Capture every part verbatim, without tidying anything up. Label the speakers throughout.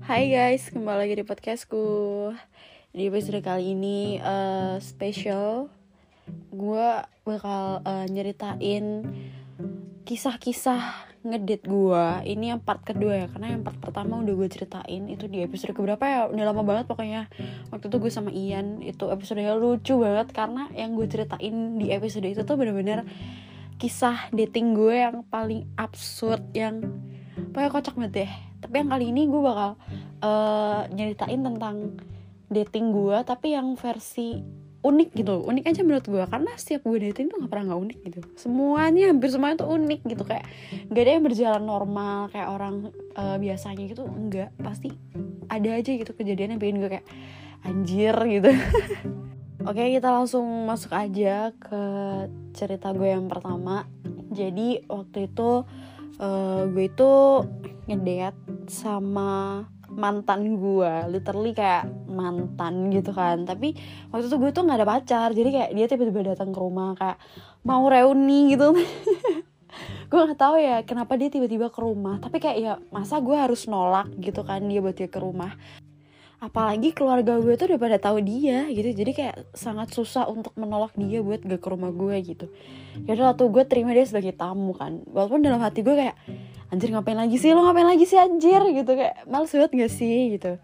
Speaker 1: Hai guys, kembali lagi di podcastku. Di episode kali ini uh, spesial. Gue bakal uh, nyeritain kisah-kisah ngedate gue. Ini yang part kedua ya, karena yang part pertama udah gue ceritain. Itu di episode keberapa ya, udah lama banget pokoknya. Waktu itu gue sama Ian, itu episodenya lucu banget. Karena yang gue ceritain di episode itu tuh bener-bener kisah dating gue yang paling absurd, yang pokoknya kocak banget deh. Tapi yang kali ini gue bakal uh, nyeritain tentang dating gue, tapi yang versi unik gitu. Unik aja menurut gue, karena setiap gue dating tuh gak pernah gak unik gitu. Semuanya, hampir semuanya tuh unik gitu. Kayak gak ada yang berjalan normal kayak orang uh, biasanya gitu. Enggak, pasti ada aja gitu kejadian yang bikin gue kayak anjir gitu. Oke, kita langsung masuk aja ke cerita gue yang pertama. Jadi waktu itu uh, gue itu ngedate sama mantan gue, literally kayak mantan gitu kan. Tapi waktu itu gue tuh nggak ada pacar, jadi kayak dia tiba-tiba datang ke rumah kayak mau reuni gitu. Gue nggak tahu ya kenapa dia tiba-tiba ke rumah, tapi kayak ya masa gue harus nolak gitu kan dia buat dia ke rumah. Apalagi keluarga gue tuh udah pada tahu dia gitu, jadi kayak sangat susah untuk menolak dia buat gak ke rumah gue gitu. Yaudah tuh gue terima dia sebagai tamu kan, walaupun dalam hati gue kayak anjir ngapain lagi sih lo ngapain lagi sih anjir gitu, kayak males banget gak sih gitu.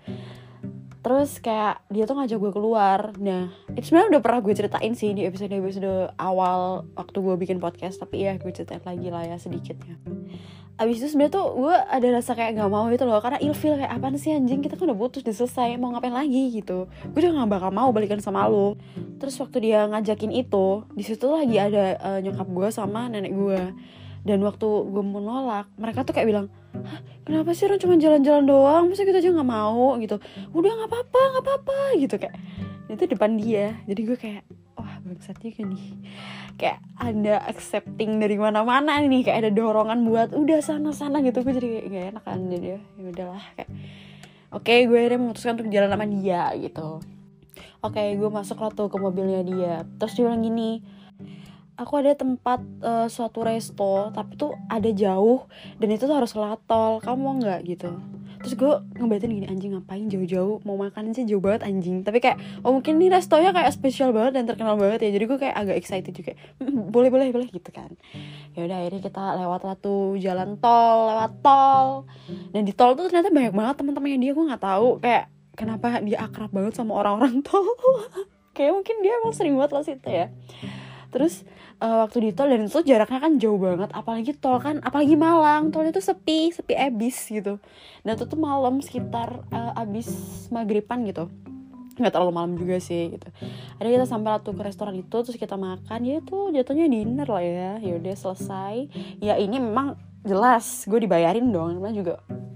Speaker 1: Terus kayak dia tuh ngajak gue keluar. Nah itu sebenarnya udah pernah gue ceritain sih di episode-episode awal waktu gue bikin podcast, tapi ya gue ceritain lagi lah ya sedikitnya. Abis itu sebenarnya tuh gue ada rasa kayak gak mau gitu loh, karena ilfeel kayak apaan sih anjing, kita kan udah putus, udah selesai, mau ngapain lagi gitu. Gue udah gak bakal mau balikan sama lo. Terus waktu dia ngajakin itu, di situ lagi ada uh, nyokap gue sama nenek gue. Dan waktu gue mau nolak, mereka tuh kayak bilang, hah kenapa sih orang cuma jalan-jalan doang, masa kita aja gak mau gitu. Udah gak apa-apa, gak apa-apa gitu. Kayak itu depan dia. Jadi gue kayak wah bangsat juga nih, kayak ada accepting dari mana-mana nih, kayak ada dorongan buat udah sana-sana gitu. Gue jadi gak enak kan, jadi ya udahlah kayak oke okay, gue akhirnya memutuskan untuk jalan sama dia gitu. Oke okay, gue masuk lah tuh ke mobilnya dia. Terus dia bilang gini, aku ada tempat uh, suatu resto, tapi tuh ada jauh dan itu tuh harus lewat tol, kamu mau nggak gitu. Terus gue ngebatin gini, anjing ngapain jauh-jauh, mau makan sih jauh banget anjing. Tapi kayak oh mungkin nih restonya kayak spesial banget dan terkenal banget ya, jadi gue kayak agak excited juga, boleh boleh boleh gitu kan. Ya udah akhirnya kita lewat lah tuh jalan tol, lewat tol. Dan di tol tuh ternyata banyak banget teman-temannya dia. Gue nggak tahu kayak kenapa dia akrab banget sama orang-orang tol. Kayak mungkin dia emang sering banget lah situ ya. Terus uh, waktu di tol, dan itu jaraknya kan jauh banget, apalagi tol kan, apalagi Malang, tol itu sepi, sepi abis gitu. Dan itu tuh malam sekitar uh, abis maghriban gitu, nggak terlalu malam juga sih gitu. Ada kita sampai tuh ke restoran itu, terus kita makan, ya itu jatuhnya dinner lah ya. Ya udah selesai. Ya ini memang jelas gue dibayarin dong, karena juga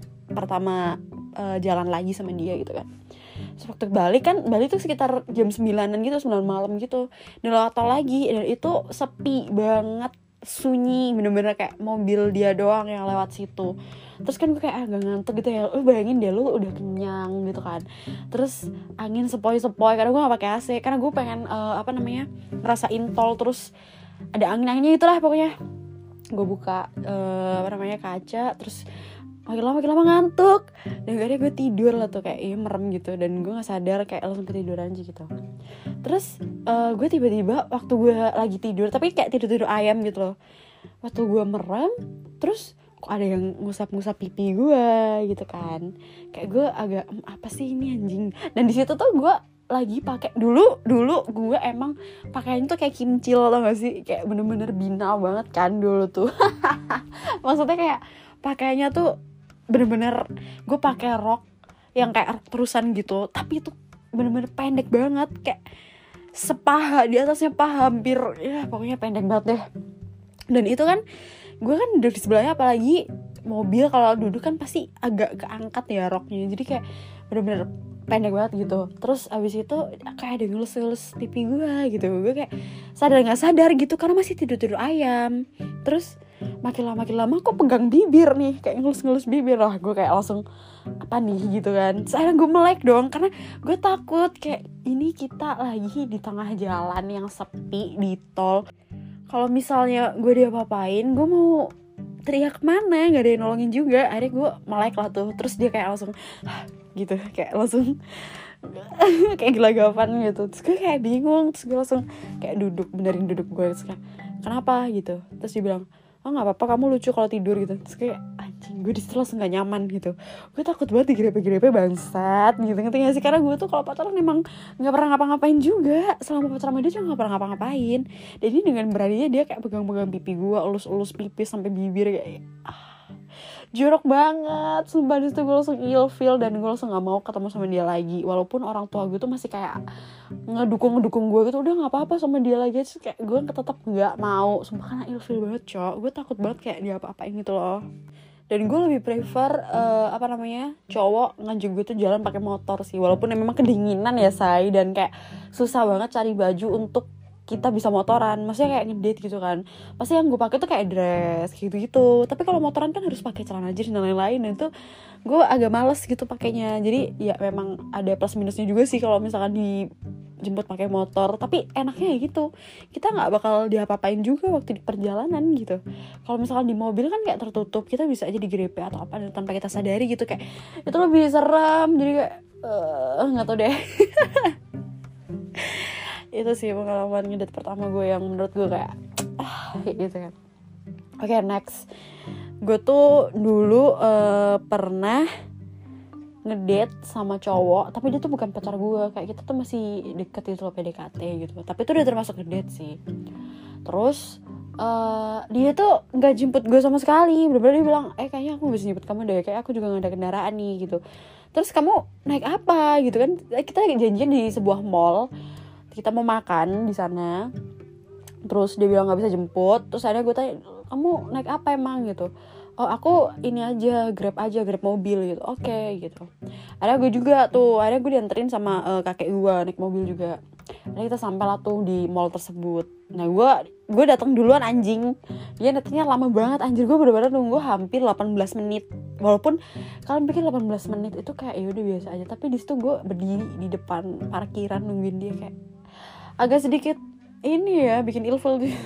Speaker 1: pertama uh, jalan lagi sama dia gitu kan. Terus waktu balik kan, balik tuh sekitar jam sembilanan gitu, sembilan malam gitu. Dan lewat tol lagi, dan itu sepi banget, sunyi, bener-bener kayak mobil dia doang yang lewat situ. Terus kan gue kayak agak ngantuk gitu ya. Lu bayangin deh, lu udah kenyang gitu kan. Terus angin sepoi-sepoi, karena gue gak pakai A C, karena gue pengen uh, apa namanya ngerasain tol, terus ada angin-anginnya itulah pokoknya. Gue buka uh, apa namanya kaca, terus makin lama makin lama ngantuk, dan akhirnya gue tidur lah tuh kayak iya merem gitu, dan gue nggak sadar kayak langsung ketiduran aja gitu. Terus uh, gue tiba-tiba waktu gue lagi tidur, tapi kayak tidur-tidur ayam gitu loh, waktu gue merem terus kok ada yang ngusap-ngusap pipi gue gitu kan. Kayak gue agak apa sih ini anjing. Dan di situ tuh gue lagi pakai dulu dulu gue emang pakaian tuh kayak kimcil, tau gak sih, kayak bener-bener binal banget kan dulu tuh. Maksudnya kayak pakaiannya tuh bener-bener gue pakai rok yang kayak rok terusan gitu, tapi itu bener-bener pendek banget, kayak sepaha, di atasnya paha hampir, ya pokoknya pendek banget deh. Dan itu kan gue kan duduk di sebelahnya, apalagi mobil kalau duduk kan pasti agak keangkat ya roknya, jadi kayak bener-bener pendek banget gitu. Terus abis itu kayak ada ngelus-ngelus pipi gue gitu, gue kayak sadar nggak sadar gitu karena masih tidur-tidur ayam. Terus makin lama makin lama kok pegang bibir nih, kayak ngelus-ngelus bibir lah. Gue kayak langsung apa nih gitu kan. Saya gue melek dong, karena gue takut kayak ini kita lagi di tengah jalan yang sepi di tol. Kalau misalnya gue diapa-apain, gue mau teriak mana, nggak ada yang nolongin juga. Akhirnya gue melek lah tuh, terus dia kayak langsung gitu, kayak langsung kayak gelagapan gitu. Terus gue kayak bingung, terus gue langsung kayak duduk, benerin duduk gue, terus kayak kenapa gitu. Terus dia bilang, oh nggak apa-apa, kamu lucu kalau tidur gitu. Terus kayak anjing, gue disitu langsung gak nyaman gitu. Gue takut banget digrepe-grepe bangsat gitu, ngerti gak sih? Karena gue tuh kalau pacaran emang gak pernah ngapa-ngapain juga. Selama pacaran sama dia juga gak pernah ngapa-ngapain. Dan ini dengan beraninya dia kayak pegang-pegang pipi gue, elus-elus pipis sampai bibir kayak ah, jorok banget. Sumpah disitu gue langsung ilfeel dan gue langsung gak mau ketemu sama dia lagi. Walaupun orang tua gue tuh masih kayak ngedukung-ngedukung gue gitu, udah gak apa-apa sama dia lagi. Terus kayak gue tetap gak mau. Sumpah karena ilfeel banget cok. Gue takut banget kayak dia apa-apain gitu loh. Dan gue lebih prefer uh, apa namanya cowok ngajak gue tuh jalan pakai motor sih, walaupun memang kedinginan ya say, dan kayak susah banget cari baju untuk kita bisa motoran, maksudnya kayak ngedate gitu kan. Pasti yang gue pakai tuh kayak dress gitu gitu, tapi kalau motoran kan harus pakai celana jeans dan lain-lain, dan itu gue agak males gitu pakainya. Jadi ya memang ada plus minusnya juga sih kalau misalkan dijemput pakai motor, tapi enaknya ya gitu, kita nggak bakal diapa-apain juga waktu di perjalanan gitu. Kalau misalkan di mobil kan kayak tertutup, kita bisa aja digrepe atau apa tanpa kita sadari gitu, kayak itu lebih serem. Jadi kayak nggak uh, tau deh. Itu sih pengalaman ngedate pertama gue yang menurut gue kayak ah gitu kan. Oke okay, next, gue tuh dulu uh, pernah ngedate sama cowok, tapi dia tuh bukan pacar gue, kayak kita tuh masih deket gitu loh, P D K T gitu, tapi itu udah termasuk ngedate sih. Terus uh, dia tuh nggak jemput gue sama sekali, bener-bener dia bilang, eh kayaknya aku bisa jemput kamu deh, kayak aku juga nggak ada kendaraan nih gitu. Terus kamu naik apa gitu kan? Kita janjian di sebuah mall, kita mau makan di sana. Terus dia bilang nggak bisa jemput. Terus akhirnya gue tanya, kamu naik apa emang gitu? Oh aku ini aja, grab aja, grab mobil gitu. Oke okay, gitu. Akhirnya gue juga tuh, akhirnya gue dianterin sama uh, kakek gue naik mobil juga. Akhirnya kita sampai lah tuh di mall tersebut. Nah gue gue datang duluan anjing. Dia datangnya lama banget anjir, gue bener-bener nunggu hampir delapan belas menit. Walaupun kalian pikir delapan belas menit itu kayak ya udah biasa aja, tapi di situ gue berdiri di depan parkiran nungguin dia, kayak agak sedikit ini ya bikin ilfil dia.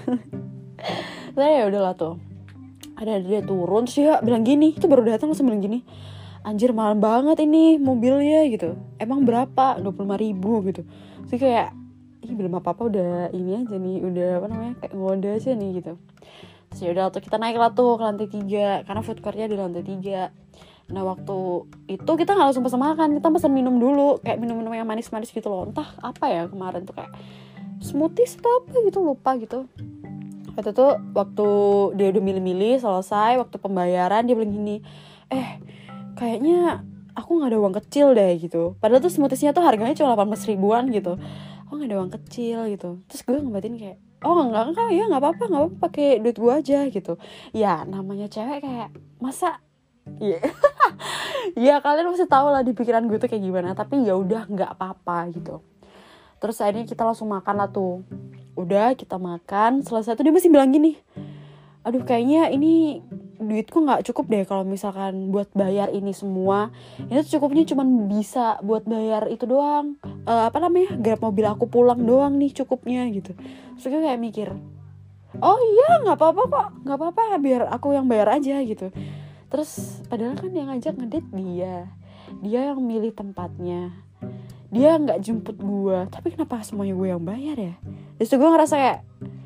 Speaker 1: Saya ya udahlah tuh. Ada dia turun, terus dia bilang gini, itu baru datang langsung bilang gini, anjir mahal banget ini mobilnya gitu, emang berapa? dua puluh lima ribu gitu. Terus kayak ih belum apa-apa udah ini aja nih, udah apa namanya kayak ngode aja nih gitu. Terus ya udah tuh kita naik lah tuh ke lantai tiga, karena food courtnya di lantai tiga. Nah waktu itu kita nggak langsung pesan makan, kita pesan minum dulu, kayak minum-minum yang manis-manis gitu loh, entah apa ya kemarin tuh, kayak smoothies atau apa gitu, lupa gitu. Waktu itu waktu dia udah milih-milih selesai, waktu pembayaran dia bilang gini, eh kayaknya aku nggak ada uang kecil deh gitu. Padahal tuh smoothiesnya tuh harganya cuma delapan belas ribuan gitu. Oh nggak ada uang kecil gitu. Terus gue ngebatin kayak, oh enggak enggak ya nggak apa-apa nggak apa-apa pakai duit gue aja gitu. Ya namanya cewek kayak masa Iya, yeah. Ya kalian pasti tahu lah di pikiran gue tuh kayak gimana. Tapi ya udah nggak apa-apa gitu. Terus akhirnya kita langsung makan lah tuh. Udah kita makan, selesai tuh dia masih bilang gini, aduh kayaknya ini duitku nggak cukup deh kalau misalkan buat bayar ini semua. Ini tuh cukupnya cuma bisa buat bayar itu doang, uh, apa namanya grab mobil aku pulang doang nih cukupnya gitu. Terus gue kayak mikir, oh iya nggak apa-apa kok, nggak apa-apa biar aku yang bayar aja gitu. Terus padahal kan yang ngajak ngedate dia, dia yang milih tempatnya, dia nggak jemput gue, tapi kenapa semuanya gue yang bayar ya? Terus gue ngerasa kayak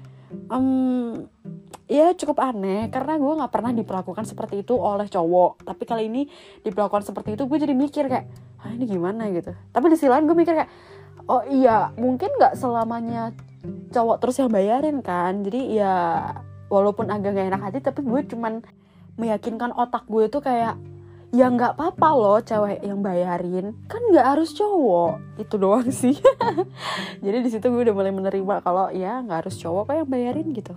Speaker 1: um, ya cukup aneh, karena gue nggak pernah diperlakukan seperti itu oleh cowok, tapi kali ini diperlakukan seperti itu. Gue jadi mikir kayak, ah ini gimana gitu. Tapi di sisi lain gue mikir kayak, oh iya mungkin nggak selamanya cowok terus yang bayarin kan. Jadi ya walaupun agak nggak enak hati, tapi gue cuman meyakinkan otak gue tuh kayak, ya nggak apa-apa loh cewek yang bayarin, kan nggak harus cowok, itu doang sih. Jadi di situ gue udah mulai menerima kalau ya nggak harus cowok kok yang bayarin gitu.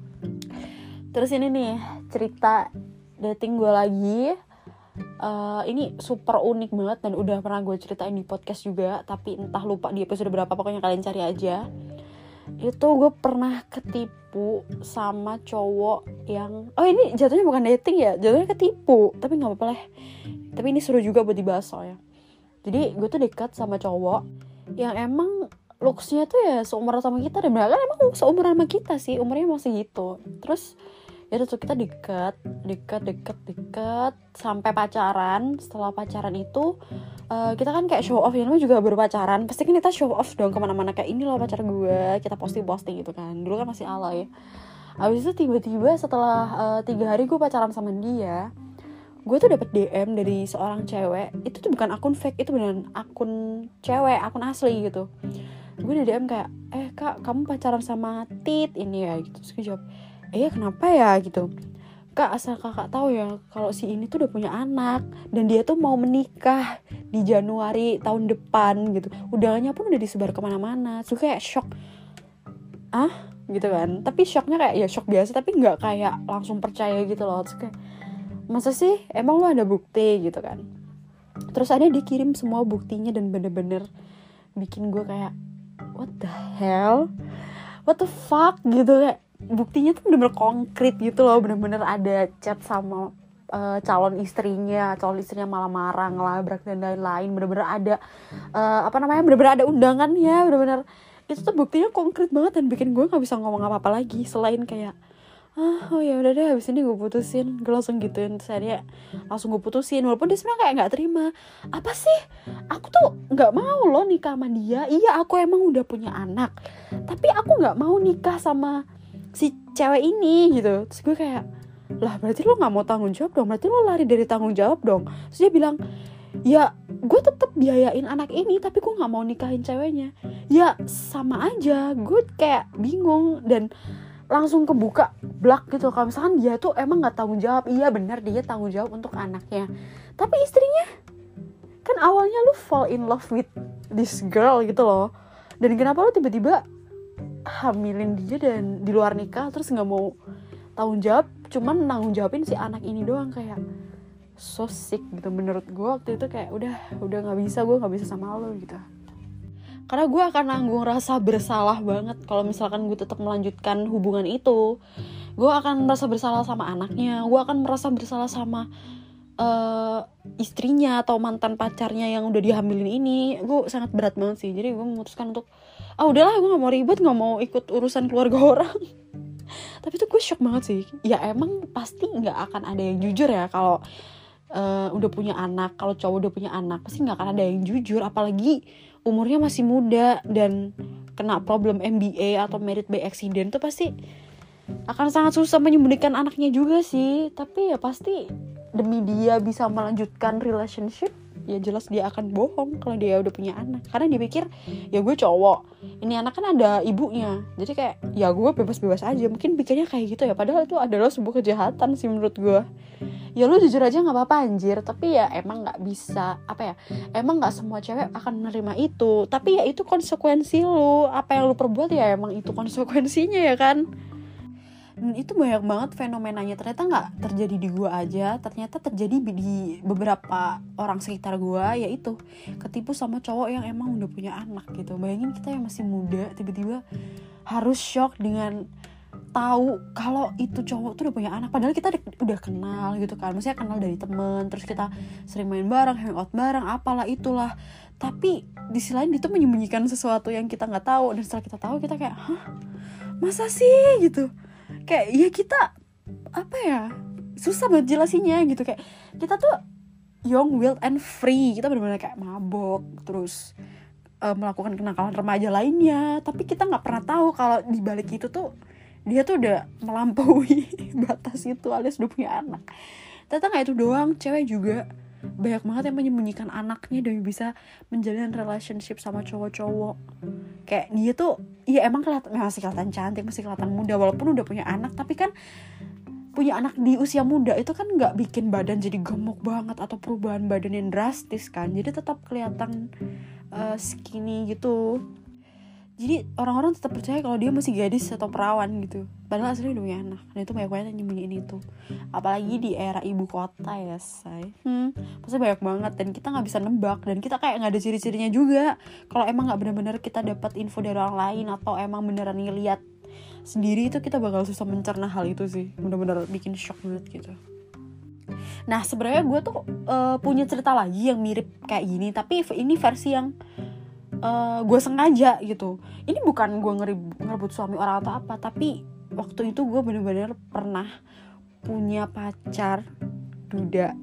Speaker 1: Terus ini nih cerita dating gue lagi, uh, ini super unik banget dan udah pernah gue ceritain di podcast juga, tapi entah lupa di episode berapa, pokoknya kalian cari aja. Itu gue pernah ketipu sama cowok yang, oh ini jatuhnya bukan dating ya, jatuhnya ketipu, tapi nggak apa-apa lah. Tapi ini seru juga buat dibahas soalnya. Jadi gue tuh dekat sama cowok yang emang looksnya tuh ya seumuran sama kita, dan bahkan emang seumuran sama kita sih, umurnya masih gitu. Terus Itu tuh kita deket deket deket deket sampai pacaran. Setelah pacaran itu uh, kita kan kayak show off ya, juga baru pacaran pasti kan kita show off dong kemana-mana, kayak ini loh pacar gue, kita posting-posting gitu kan. Dulu kan masih alay. Abis itu tiba-tiba setelah uh, tiga hari gue pacaran sama dia, gue tuh dapet D M dari seorang cewek. Itu tuh bukan akun fake, itu beneran akun cewek, akun asli gitu. Gue di D M kayak, eh kak, kamu pacaran sama Tit ini ya gitu. Terus gue jawab, eh kenapa ya gitu. Kak, asal kakak tahu ya, kalau si ini tuh udah punya anak dan dia tuh mau menikah di Januari tahun depan gitu. Undangannya pun udah disebar kemana-mana. Terus kayak shock, ah gitu kan. Tapi shocknya kayak ya shock biasa, tapi nggak kayak langsung percaya gitu loh. Terus kayak, masa sih, emang lo ada bukti gitu kan. Terus ada dikirim semua buktinya dan bener-bener bikin gue kayak, what the hell, what the fuck gitu. Kayak buktinya tuh bener-bener konkret gitu loh, bener-bener ada chat sama uh, calon istrinya, calon istrinya malah marah, ngelabrak dan lain-lain. Bener-bener ada uh, apa namanya, bener-bener ada undangannya, bener-bener itu tuh buktinya konkret banget dan bikin gue nggak bisa ngomong apa-apa lagi selain kayak, ah oh ya udah deh, habis ini gue putusin. Gue langsung gituin, terus dia langsung gue putusin, walaupun dia sebenarnya kayak nggak terima. Apa sih, aku tuh nggak mau loh nikah sama dia. Iya aku emang udah punya anak, tapi aku nggak mau nikah sama si cewek ini gitu. Terus gue kayak, lah berarti lo nggak mau tanggung jawab dong, berarti lo lari dari tanggung jawab dong. Terus dia bilang, ya gue tetap biayain anak ini tapi gue nggak mau nikahin ceweknya. Ya sama aja, gue kayak bingung dan langsung kebuka blak gitu. Kalau misalkan dia tuh emang nggak tanggung jawab, iya benar dia tanggung jawab untuk anaknya, tapi istrinya kan awalnya lu fall in love with this girl gitu loh, dan kenapa lu tiba-tiba hamilin dia dan di luar nikah terus nggak mau tanggung jawab, cuman tanggung jawabin si anak ini doang. Kayak so sick gitu menurut gue waktu itu. Kayak udah udah nggak bisa, gue nggak bisa sama lo gitu. Karena gue akan nanggung rasa bersalah banget kalau misalkan gue tetap melanjutkan hubungan itu. Gue akan merasa bersalah sama anaknya, gue akan merasa bersalah sama uh, istrinya atau mantan pacarnya yang udah dihamilin ini. Gue sangat berat banget sih. Jadi gue memutuskan untuk, ah udahlah, gue nggak mau ribet, nggak mau ikut urusan keluarga orang. Tapi tuh gue shock banget sih. Ya emang pasti nggak akan ada yang jujur ya kalau uh, udah punya anak. Kalau cowok udah punya anak pasti nggak akan ada yang jujur, apalagi umurnya masih muda dan kena problem M B A atau married by accident tuh pasti akan sangat susah menyembunyikan anaknya juga sih. Tapi ya pasti demi dia bisa melanjutkan relationship, ya jelas dia akan bohong kalau dia udah punya anak. Karena dia pikir, ya gue cowok, ini anak kan ada ibunya, jadi kayak ya gue bebas-bebas aja. Mungkin pikirnya kayak gitu ya, padahal itu adalah sebuah kejahatan sih menurut gue. Ya lu jujur aja gak apa-apa anjir, tapi ya emang gak bisa, apa ya, emang gak semua cewek akan menerima itu. Tapi ya itu konsekuensi lu, apa yang lu perbuat ya emang itu konsekuensinya ya kan. Dan itu banyak banget fenomenanya, ternyata gak terjadi di gue aja, ternyata terjadi di beberapa orang sekitar gue, yaitu ketipu sama cowok yang emang udah punya anak gitu. Bayangin kita yang masih muda tiba-tiba harus shock dengan tahu kalau itu cowok tuh udah punya anak, padahal kita udah kenal gitu kan, maksudnya kenal dari temen, terus kita sering main bareng, hangout bareng, apalah itulah. Tapi di sisi lain dia tuh menyembunyikan sesuatu yang kita nggak tahu, dan setelah kita tahu kita kayak, hah masa sih gitu. Kayak ya kita apa ya, susah banget jelasinnya gitu. Kayak kita tuh young, wild and free, kita benar-benar kayak mabok, terus uh, melakukan kenakalan remaja lainnya, tapi kita nggak pernah tahu kalau di balik itu tuh dia tuh udah melampaui batas itu, alias udah punya anak. Ternyata gak itu doang, cewek juga banyak banget yang menyembunyikan anaknya demi bisa menjalin relationship sama cowok-cowok. Kayak dia tuh, ya emang kelihatan, masih kelihatan cantik, masih kelihatan muda, walaupun udah punya anak. Tapi kan punya anak di usia muda itu kan gak bikin badan jadi gemuk banget atau perubahan badan yang drastis kan. Jadi tetap kelihatan uh, skinny gitu. Jadi orang-orang tetap percaya kalau dia masih gadis atau perawan gitu, padahal aslinya udah punya anak. Dan itu banyak banget yang nyembunyiin itu, apalagi di era ibu kota ya say. Hmm, pasti banyak banget dan kita nggak bisa nebak, dan kita kayak nggak ada ciri-cirinya juga. Kalau emang nggak benar-benar kita dapat info dari orang lain atau emang beneran ngeliat sendiri, itu kita bakal susah mencerna hal itu sih. Bener-bener bikin shock banget gitu. Nah sebenarnya gue tuh uh, punya cerita lagi yang mirip kayak gini, tapi ini versi yang Uh, gue sengaja gitu. Ini bukan gue ngerebut suami orang atau apa, tapi waktu itu gue bener-bener pernah punya pacar duda,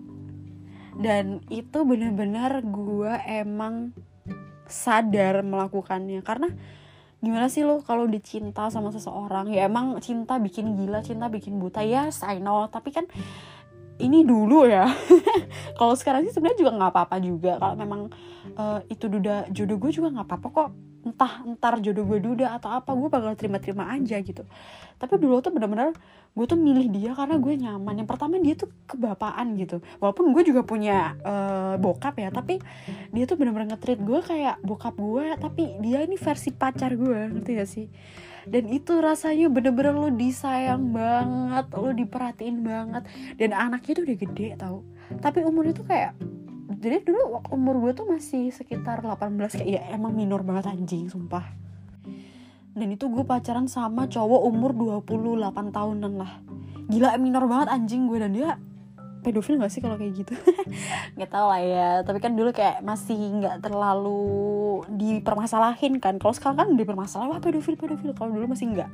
Speaker 1: dan itu bener-bener gue emang sadar melakukannya. Karena gimana sih lo kalau dicinta sama seseorang, ya emang cinta bikin gila, cinta bikin buta, yes I know, tapi kan ini dulu ya. Kalau sekarang sih sebenarnya juga nggak apa-apa juga. Kalau memang uh, itu duda jodoh gue juga nggak apa-apa kok. Entah entar jodoh gue duda atau apa, gue bakal terima-terima aja gitu. Tapi dulu tuh benar-benar gue tuh milih dia karena gue nyaman. Yang pertama dia tuh kebapaan gitu. Walaupun gue juga punya uh, bokap ya, tapi dia tuh benar-benar nge-treat gue kayak bokap gue, tapi dia ini versi pacar gue, ngerti gak sih? Dan itu rasanya bener-bener lo disayang banget, lo diperhatiin banget. Dan anaknya tuh udah gede tau, tapi umurnya tuh kayak, jadi dulu umur gue tuh masih sekitar delapan belas, kayak ya emang minor banget anjing, sumpah. Dan itu gue pacaran sama cowok umur dua puluh delapan tahunan lah. Gila, minor banget anjing gue. Dan dia pedofil gak sih kalau kayak gitu? Gak tau lah ya. Tapi kan dulu kayak masih gak terlalu dipermasalahin kan. Kalau sekarang kan dipermasalahin, wah pedofil, pedofil. Kalau dulu masih enggak.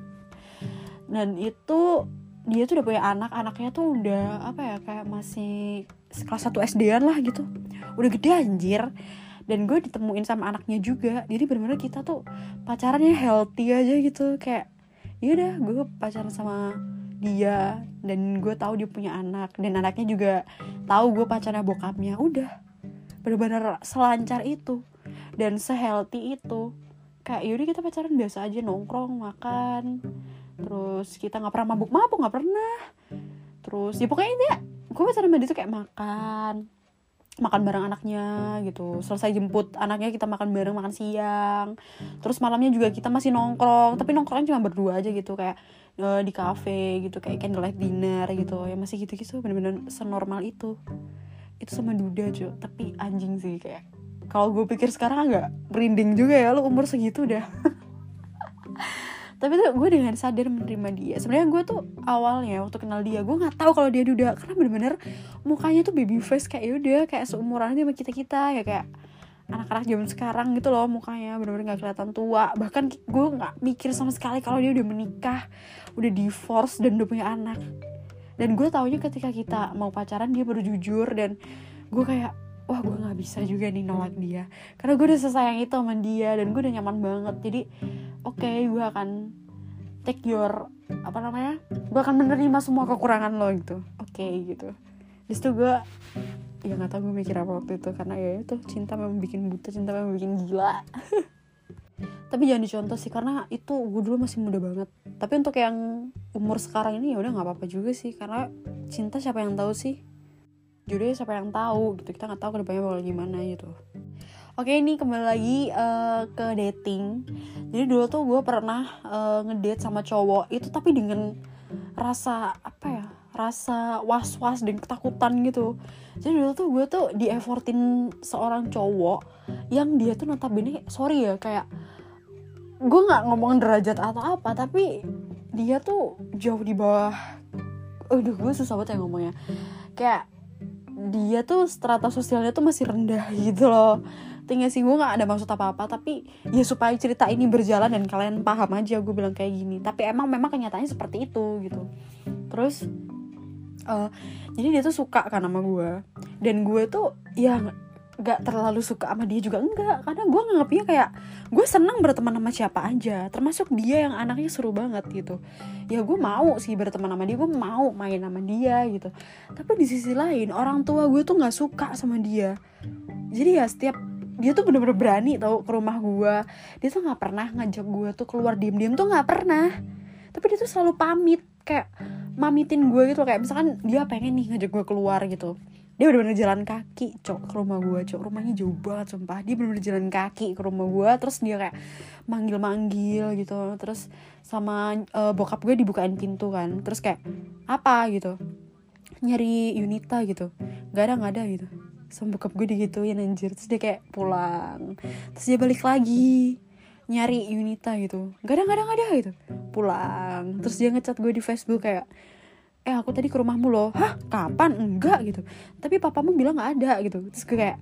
Speaker 1: Dan itu dia tuh udah punya anak. Anaknya tuh udah apa ya, kayak masih kelas satu S D-an lah gitu. Udah gede anjir. Dan gue ditemuin sama anaknya juga. Jadi bener-bener kita tuh pacarannya healthy aja gitu. Kayak yaudah gue pacaran sama dia, dan gue tahu dia punya anak, dan anaknya juga tahu gue pacarnya bokapnya. Udah benar-benar selancar itu dan sehealthy itu. Kayak yaudah kita pacaran biasa aja, nongkrong, makan, terus kita nggak pernah mabuk-mabuk, nggak pernah. Terus ya pokoknya dia, gue pacaran sama dia tuh kayak makan makan bareng anaknya gitu. Selesai jemput anaknya kita makan bareng, makan siang. Terus malamnya juga kita masih nongkrong, tapi nongkrongnya cuma berdua aja gitu, kayak uh, di cafe gitu, kayak candlelight dinner gitu. Ya masih gitu-gitu, bener-bener senormal itu. Itu sama duda cuy. Tapi anjing sih, kayak kalau gue pikir sekarang agak merinding juga ya, lu umur segitu udah. Tapi tuh gue dengan sadar menerima dia. Sebenarnya gue tuh awalnya waktu kenal dia, gue nggak tahu kalau dia duda, karena bener-bener mukanya tuh baby face, kayak yaudah kayak seumuran aja sama kita kita ya, kayak anak-anak zaman sekarang gitu loh mukanya, bener-bener nggak kelihatan tua. Bahkan gue nggak mikir sama sekali kalau dia udah menikah, udah divorce dan udah punya anak. Dan gue taunya ketika kita mau pacaran dia baru jujur, dan gue kayak wah gue nggak bisa juga nih nolak dia, karena gue udah sesayang itu sama dia dan gue udah nyaman banget. Jadi oke, okay, gue akan take your apa namanya, gue akan menerima semua kekurangan lo gitu. Oke okay, gitu. Di situ gue ya nggak tahu gue mikir apa waktu itu, karena ya itu cinta memang bikin buta, cinta memang bikin gila. Tapi jangan dicontoh sih, karena itu gue dulu masih muda banget. Tapi untuk yang umur sekarang ini ya udah nggak apa-apa juga sih, karena cinta siapa yang tahu sih, jodohnya siapa yang tahu gitu. Kita nggak tahu kedepannya bakal gimana gitu. Oke, ini kembali lagi uh, ke dating. Jadi dulu tuh gue pernah uh, ngedate sama cowok itu, tapi dengan rasa apa ya, rasa was-was dan ketakutan gitu. Jadi dulu tuh gue tuh di-effortin seorang cowok yang dia tuh notabene, sorry ya, kayak gue nggak ngomong derajat atau apa, tapi dia tuh jauh di bawah. Aduh, gue susah banget ya ngomongnya. Kayak dia tuh strata sosialnya tuh masih rendah gitu loh. Tinggal sih, gue gak ada maksud apa-apa, tapi ya supaya cerita ini berjalan dan kalian paham aja gue bilang kayak gini. Tapi emang memang kenyataannya seperti itu gitu. Terus uh, jadi dia tuh suka kan sama gue, dan gue tuh ya gak terlalu suka sama dia juga enggak, karena gue nganggapnya kayak gue senang berteman sama siapa aja, termasuk dia yang anaknya seru banget gitu. Ya gue mau sih berteman sama dia, gue mau main sama dia gitu. Tapi di sisi lain orang tua gue tuh gak suka sama dia. Jadi ya setiap dia tuh bener-bener berani tau ke rumah gue, dia tuh nggak pernah ngajak gue tuh keluar diem-diem, tuh nggak pernah. Tapi dia tuh selalu pamit, kayak mamitin gue gitu. Kayak misalkan dia pengen nih ngajak gue keluar gitu, dia bener-bener jalan kaki cok ke rumah gue, cok rumahnya jauh banget sumpah. Dia bener-bener jalan kaki ke rumah gue, terus dia kayak manggil-manggil gitu. Terus sama uh, bokap gue dibukain pintu kan, terus kayak apa gitu, nyari Yunita gitu, nggak ada nggak ada gitu. Sama bokap gue digituin anjir. Terus dia kayak pulang, terus dia balik lagi nyari Yunita gitu, gak ada gak ada gak ada gitu, pulang. Terus dia ngechat gue di Facebook kayak, eh aku tadi ke rumahmu loh. Hah kapan? Enggak gitu, tapi papamu bilang gak ada gitu. Terus gue kayak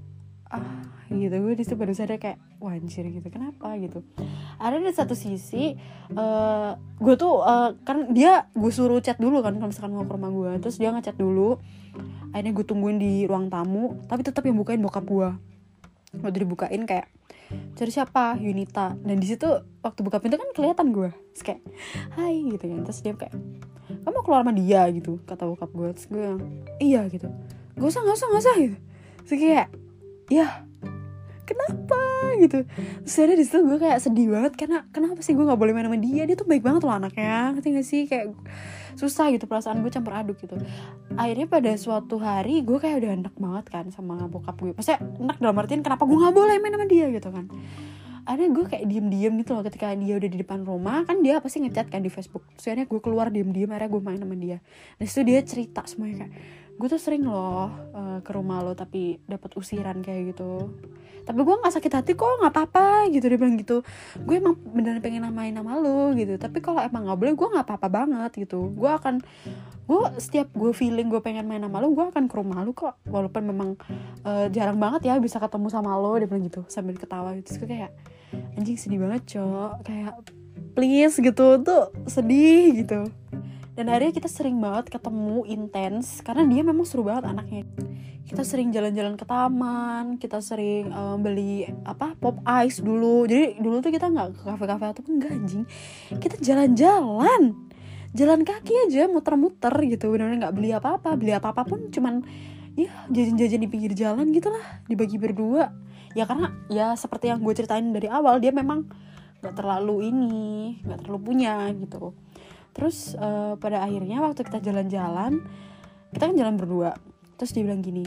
Speaker 1: ah gitu, gue disitu baru sadar kayak wanjir gitu, kenapa gitu. Ada di satu sisi uh, gue tuh uh, kan dia gue suruh chat dulu kan kalau misalkan mau ke rumah gue, terus dia ngechat dulu, akhirnya gue tungguin di ruang tamu, tapi tetap yang bukain bokap gue. Waktu dibukain kayak cari siapa, Yunita, dan di situ waktu buka pintu kan kelihatan gue, terus kayak hai gitu kan, terus dia kayak kamu keluar sama dia gitu kata bokap gue, terus gue iya gitu, gak usah gak usah gak usah gitu, terus kayak ya kenapa gitu. Terus ada di situ gue kayak sedih banget karena kenapa sih gue nggak boleh main sama dia, dia tuh baik banget loh anaknya, ngerti gak sih, kayak susah gitu, perasaan gue campur aduk gitu. Akhirnya pada suatu hari gue kayak udah enak banget kan sama bokap gue, maksudnya enak dalam artian kenapa gue nggak boleh main sama dia gitu kan. Akhirnya gue kayak diem-diem gitu loh, ketika dia udah di depan rumah kan dia pasti ngechat kan di Facebook, terus akhirnya gue keluar diem-diem, akhirnya gue main sama dia. Dan situ dia cerita semuanya kayak gue tuh sering loh uh, ke rumah lo tapi dapat usiran kayak gitu, tapi gue nggak sakit hati kok, nggak apa-apa gitu, dia bilang gitu. Gue emang beneran pengen main sama lo gitu, tapi kalau emang nggak boleh gue nggak apa-apa banget gitu. Gue akan gue setiap gue feeling gue pengen main sama lo, gue akan ke rumah lo kok, walaupun memang uh, jarang banget ya bisa ketemu sama lo, dia bilang gitu sambil ketawa gitu. Terus gue kayak anjing sedih banget cok, kayak please gitu tuh sedih gitu. Dan akhirnya kita sering banget ketemu intens karena dia memang seru banget anaknya. Kita sering jalan-jalan ke taman, kita sering um, beli apa pop ice dulu. Jadi dulu tuh kita nggak ke kafe-kafe atau enggak anjing, kita jalan-jalan, jalan kaki aja muter-muter gitu, benar-benar nggak beli apa-apa, beli apa-apa pun cuman ya jajan-jajan di pinggir jalan gitulah, dibagi berdua. Ya karena ya seperti yang gue ceritain dari awal, dia memang nggak terlalu ini, nggak terlalu punya gitu. Terus uh, pada akhirnya waktu kita jalan-jalan, kita kan jalan berdua, terus dia bilang gini,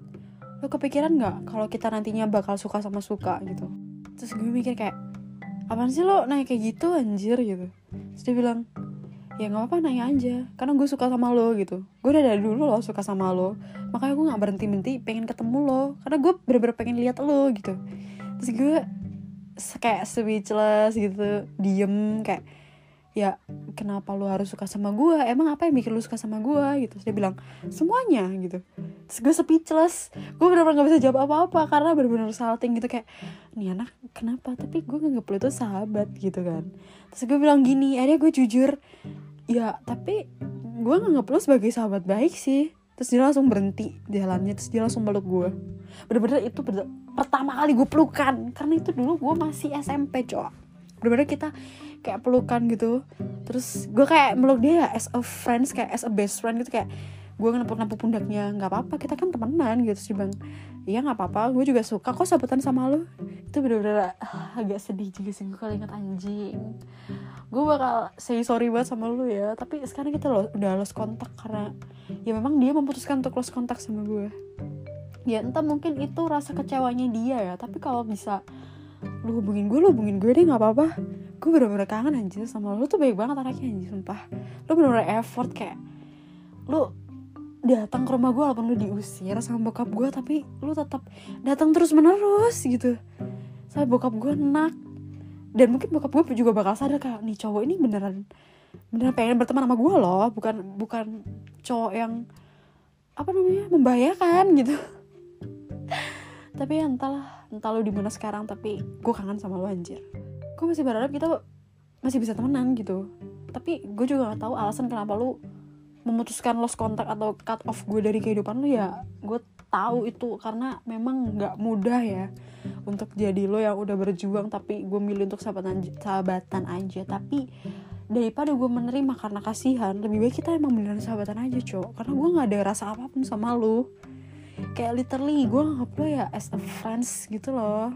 Speaker 1: lo kepikiran gak kalau kita nantinya bakal suka sama suka gitu. Terus gue mikir kayak apaan sih lo nanya kayak gitu anjir gitu. Terus dia bilang ya gak apa-apa nanya aja, karena gue suka sama lo gitu. Gue udah dari dulu lo suka sama lo, makanya gue gak berhenti-berhenti pengen ketemu lo, karena gue bener-bener pengen lihat lo gitu. Terus gue kayak speechless gitu, diem kayak ya kenapa lu harus suka sama gue, emang apa yang bikin lu suka sama gue gitu. Terus dia bilang semuanya gitu. Terus gue speechless, gue benar-benar gak bisa jawab apa-apa karena benar-benar salting gitu, kayak nih anak kenapa, tapi gue nganggep lu tuh sahabat gitu kan. Terus gue bilang gini, akhirnya gue jujur ya tapi gue nganggep lu sebagai sahabat baik sih. Terus dia langsung berhenti jalannya, terus dia langsung meluk gue. Bener-bener itu ber- pertama kali gue pelukan, karena itu dulu gue masih S M P cowok. Bener-bener kita kayak pelukan gitu. Terus gue kayak meluk dia as a friends, kayak as a best friend gitu, kayak gue nempuk-nempuk pundaknya, nggak apa-apa kita kan temenan gitu. Terus dia bilang iya nggak apa-apa, gue juga suka kok sahabatan sama lo. Itu bener-bener ah, agak sedih juga sih gue kalau ingat anjing. Gue bakal say sorry banget sama lo ya, tapi sekarang kita lo, udah lost kontak karena ya memang dia memutuskan untuk lost kontak sama gue. Ya entah mungkin itu rasa kecewanya dia ya, tapi kalau bisa lu hubungin gue, lu hubungin gue deh gak apa-apa. Gue bener-bener kangen anjir sama lu, lu tuh baik banget anaknya anjir, sumpah. Lu bener-bener effort, kayak lu datang ke rumah gue walaupun lu diusir sama bokap gue, tapi lu tetap datang terus menerus gitu. Sampai bokap gue enak. Dan mungkin bokap gue juga bakal sadar kayak nih cowok ini beneran beneran pengen berteman sama gue loh, bukan bukan cowok yang apa namanya membahayakan gitu. Tapi ya entahlah, entah lu dimana sekarang, tapi gue kangen sama lu anjir. Gue masih berharap kita masih bisa temenan gitu. Tapi gue juga gak tahu alasan kenapa lu memutuskan lost contact atau cut off gue dari kehidupan lu. Ya gue tahu itu karena memang gak mudah ya untuk jadi lo yang udah berjuang, tapi gue milih untuk sahabatan, sahabatan aja. Tapi daripada gue menerima karena kasihan, lebih baik kita emang beneran sahabatan aja cowok. Karena gue gak ada rasa apapun sama lu. Kayak literally gue nganggep lo ya as a friends gitu loh.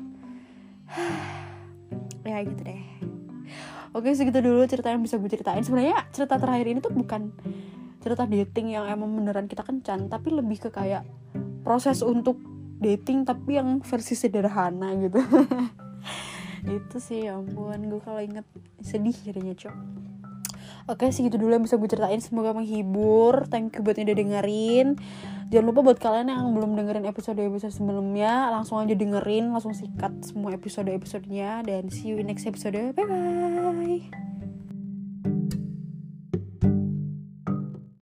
Speaker 1: Ya gitu deh. Oke segitu dulu cerita yang bisa gue ceritain. Sebenarnya cerita terakhir ini tuh bukan cerita dating yang emang beneran kita kencan, tapi lebih ke kayak proses untuk dating tapi yang versi sederhana gitu. Itu sih ya ampun, gue kalau inget sedih jadinya cok. Oke segitu dulu yang bisa gue ceritain, semoga menghibur. Thank you buat yang udah dengerin. Jangan lupa buat kalian yang belum dengerin episode-episode sebelumnya, langsung aja dengerin, langsung sikat semua episode-episodenya. Dan see you in next episode, bye bye.